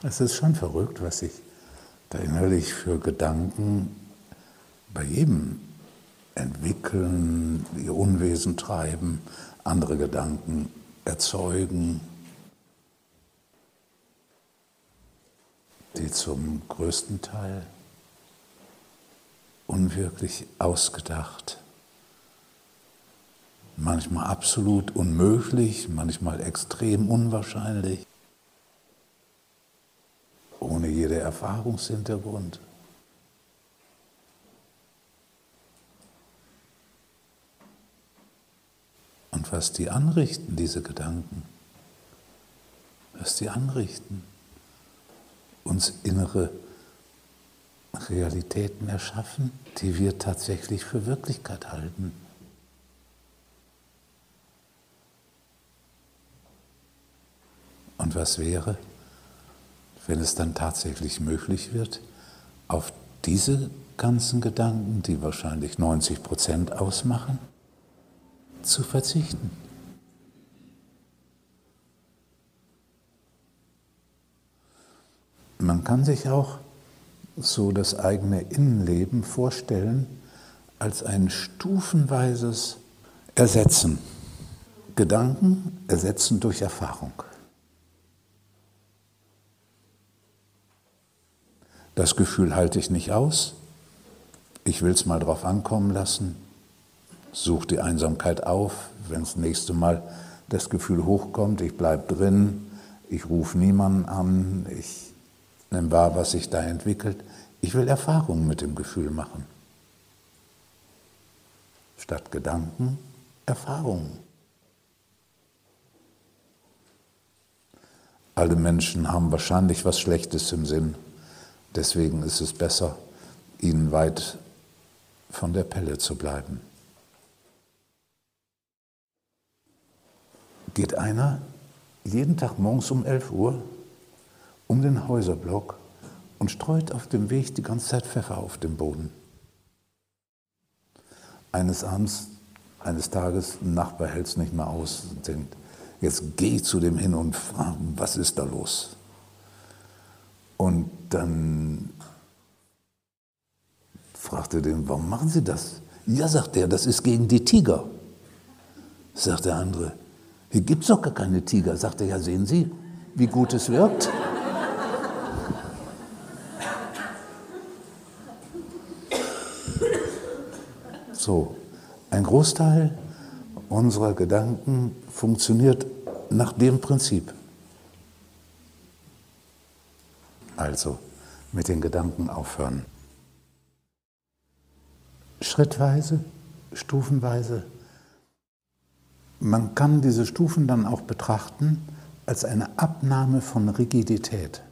Es ist schon verrückt, was sich da innerlich für Gedanken bei jedem entwickeln, ihr Unwesen treiben, andere Gedanken erzeugen, die zum größten Teil unwirklich ausgedacht, manchmal absolut unmöglich, manchmal extrem unwahrscheinlich, ohne jede Erfahrungshintergrund. Und was die anrichten, diese Gedanken, was die anrichten, uns innere Realitäten erschaffen, die wir tatsächlich für Wirklichkeit halten. Und was wäre, wenn es dann tatsächlich möglich wird, auf diese ganzen Gedanken, die wahrscheinlich 90% ausmachen, zu verzichten? Man kann sich auch so das eigene Innenleben vorstellen als ein stufenweises Ersetzen. Gedanken ersetzen durch Erfahrung. Das Gefühl halte ich nicht aus, ich will es mal drauf ankommen lassen, suche die Einsamkeit auf, wenn das nächste Mal das Gefühl hochkommt, ich bleibe drin, ich rufe niemanden an, ich nehme wahr, was sich da entwickelt. Ich will Erfahrungen mit dem Gefühl machen. Statt Gedanken, Erfahrungen. Alle Menschen haben wahrscheinlich was Schlechtes im Sinn. Deswegen ist es besser, ihnen weit von der Pelle zu bleiben. Geht einer jeden Tag morgens um 11 Uhr um den Häuserblock und streut auf dem Weg die ganze Zeit Pfeffer auf dem Boden. Eines Tages, ein Nachbar hält es nicht mehr aus und denkt, jetzt geh ich zu dem hin und frage, was ist da los? Und dann fragt er den, warum machen Sie das? Ja, sagt er, das ist gegen die Tiger. Sagt der andere, hier gibt es doch gar keine Tiger. Sagt er, ja, sehen Sie, wie gut es wirkt? So, ein Großteil unserer Gedanken funktioniert nach dem Prinzip. Also mit den Gedanken aufhören. Schrittweise, stufenweise. Man kann diese Stufen dann auch betrachten als eine Abnahme von Rigidität.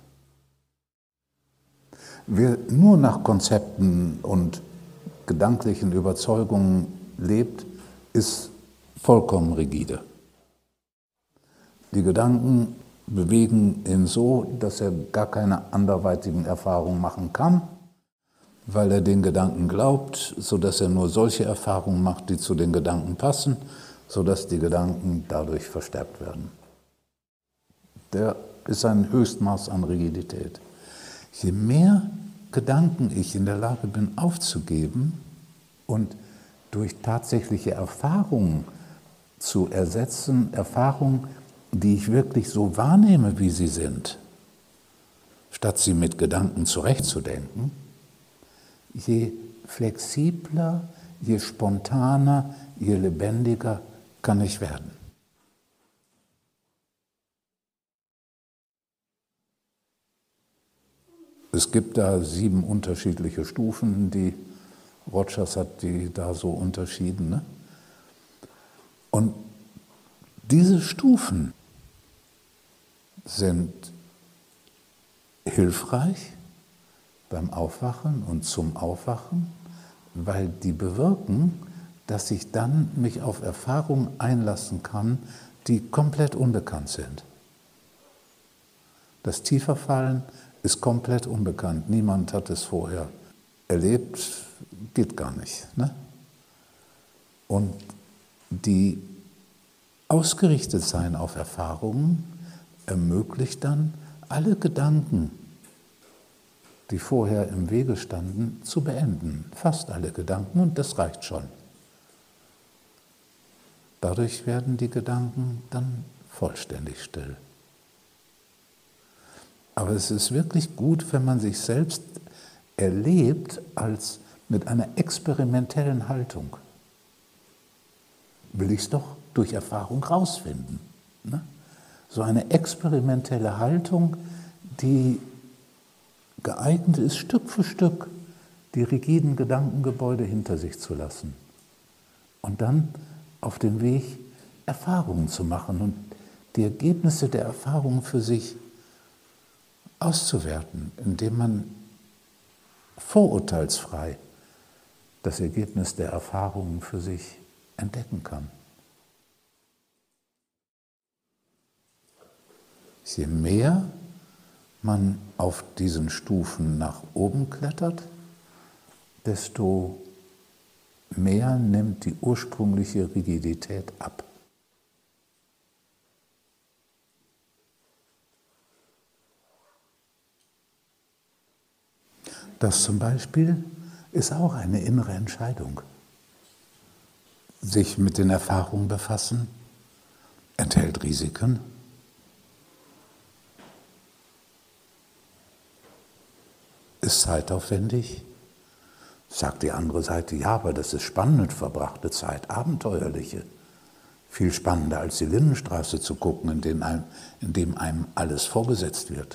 Wer nur nach Konzepten und gedanklichen Überzeugungen lebt, ist vollkommen rigide. Die Gedanken bewegen ihn so, dass er gar keine anderweitigen Erfahrungen machen kann, weil er den Gedanken glaubt, sodass er nur solche Erfahrungen macht, die zu den Gedanken passen, sodass die Gedanken dadurch verstärkt werden. Der ist ein Höchstmaß an Rigidität. Je mehr Gedanken ich in der Lage bin aufzugeben und durch tatsächliche Erfahrungen zu ersetzen, Erfahrungen, die ich wirklich so wahrnehme, wie sie sind, statt sie mit Gedanken zurechtzudenken, je flexibler, je spontaner, je lebendiger kann ich werden. Es gibt da 7 unterschiedliche Stufen, die Rogers hat die da so unterschieden. Ne? Und diese Stufen sind hilfreich beim Aufwachen und zum Aufwachen, weil die bewirken, dass ich dann mich auf Erfahrungen einlassen kann, die komplett unbekannt sind. Das Tieferfallen ist komplett unbekannt. Niemand hat es vorher erlebt, geht gar nicht. Ne? Und die ausgerichtet sein auf Erfahrungen ermöglicht dann alle Gedanken, die vorher im Wege standen, zu beenden. Fast alle Gedanken, und das reicht schon. Dadurch werden die Gedanken dann vollständig still. Aber es ist wirklich gut, wenn man sich selbst erlebt als mit einer experimentellen Haltung. Will ich es doch durch Erfahrung rausfinden. Ne? So eine experimentelle Haltung, die geeignet ist, Stück für Stück die rigiden Gedankengebäude hinter sich zu lassen und dann auf dem Weg Erfahrungen zu machen und die Ergebnisse der Erfahrungen für sich auszuwerten, indem man vorurteilsfrei das Ergebnis der Erfahrungen für sich entdecken kann. Je mehr man auf diesen Stufen nach oben klettert, desto mehr nimmt die ursprüngliche Rigidität ab. Das zum Beispiel ist auch eine innere Entscheidung. Sich mit den Erfahrungen befassen enthält Risiken. Ist zeitaufwendig. Sagt die andere Seite, ja, aber das ist spannend verbrachte Zeit, abenteuerliche. Viel spannender als die Lindenstraße zu gucken, in dem einem alles vorgesetzt wird.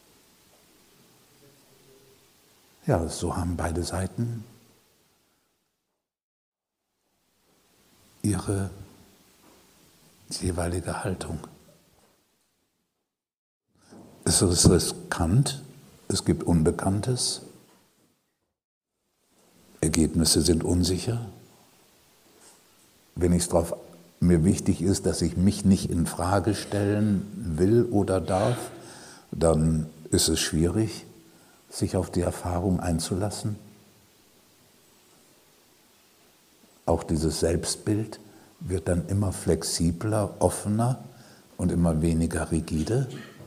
Ja, so haben beide Seiten ihre jeweilige Haltung. Es ist riskant, es gibt Unbekanntes, Ergebnisse sind unsicher. Wenn mir wichtig ist, dass ich mich nicht in Frage stellen will oder darf, dann ist es schwierig, sich auf die Erfahrung einzulassen. Auch dieses Selbstbild wird dann immer flexibler, offener und immer weniger rigide.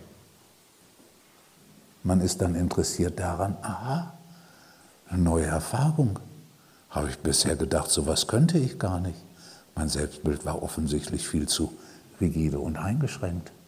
Man ist dann interessiert daran, aha, eine neue Erfahrung. Habe ich bisher gedacht, sowas könnte ich gar nicht. Mein Selbstbild war offensichtlich viel zu rigide und eingeschränkt.